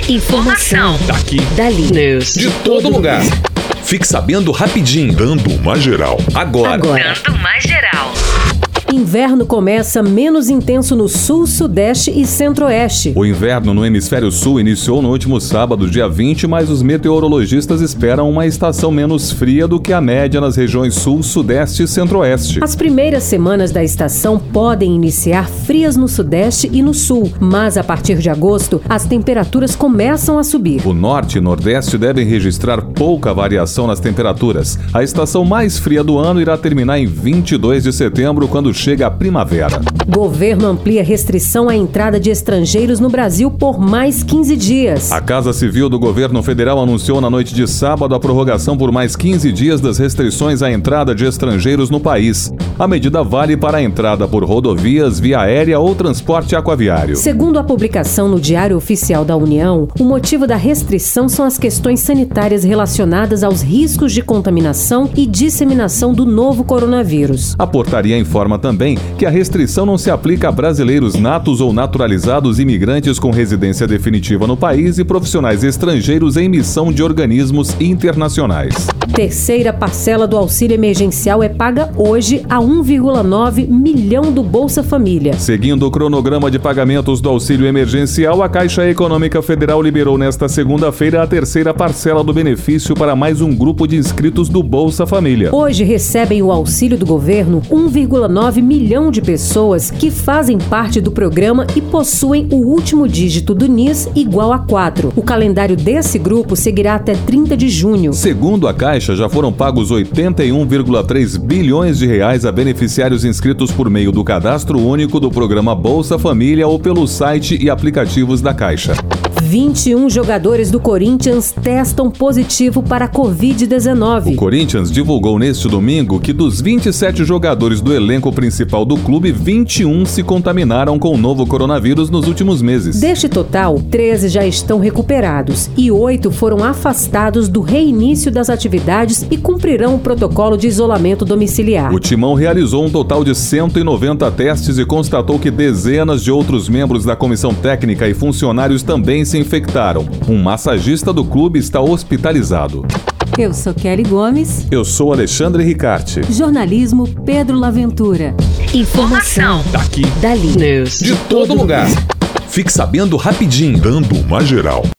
Informação. Daqui. Dali. News. De todo lugar. Fique sabendo rapidinho. Dando uma geral. Agora. Dando mais geral. Inverno começa menos intenso no sul, sudeste e centro-oeste. O inverno no hemisfério sul iniciou no último sábado, dia 20, mas os meteorologistas esperam uma estação menos fria do que a média nas regiões sul, sudeste e centro-oeste. As primeiras semanas da estação podem iniciar frias no sudeste e no sul, mas a partir de agosto, as temperaturas começam a subir. O norte e nordeste devem registrar pouca variação nas temperaturas. A estação mais fria do ano irá terminar em 22 de setembro, quando chega a primavera. Governo amplia restrição à entrada de estrangeiros no Brasil por mais 15 dias. A Casa Civil do Governo Federal anunciou na noite de sábado a prorrogação por mais 15 dias das restrições à entrada de estrangeiros no país. A medida vale para a entrada por rodovias, via aérea ou transporte aquaviário. Segundo a publicação no Diário Oficial da União, o motivo da restrição são as questões sanitárias relacionadas aos riscos de contaminação e disseminação do novo coronavírus. A portaria informa também que a restrição não se aplica a brasileiros natos ou naturalizados, imigrantes com residência definitiva no país e profissionais estrangeiros em missão de organismos internacionais. Terceira parcela do auxílio emergencial é paga hoje a 1,9 milhão do Bolsa Família. Seguindo o cronograma de pagamentos do auxílio emergencial, a Caixa Econômica Federal liberou nesta segunda-feira a terceira parcela do benefício para mais um grupo de inscritos do Bolsa Família. Hoje recebem o auxílio do governo 1,9 milhão de pessoas que fazem parte do programa e possuem o último dígito do NIS igual a 4. O calendário desse grupo seguirá até 30 de junho. Segundo a Caixa, já foram pagos 81,3 bilhões de reais a beneficiários inscritos por meio do cadastro único do programa Bolsa Família ou pelo site e aplicativos da Caixa. 21 jogadores do Corinthians testam positivo para a Covid-19. O Corinthians divulgou neste domingo que dos 27 jogadores do elenco principal do clube, 21 se contaminaram com o novo coronavírus nos últimos meses. Deste total, 13 já estão recuperados e 8 foram afastados do reinício das atividades e cumprirão o protocolo de isolamento domiciliar. O Timão realizou um total de 190 testes e constatou que dezenas de outros membros da comissão técnica e funcionários também se infectaram. Um massagista do clube está hospitalizado. Eu sou Kelly Gomes. Eu sou Alexandre Ricarte. Jornalismo Pedro Laventura. Informação. Daqui. Dali. News. De todo lugar. Fique sabendo rapidinho. Dando uma geral.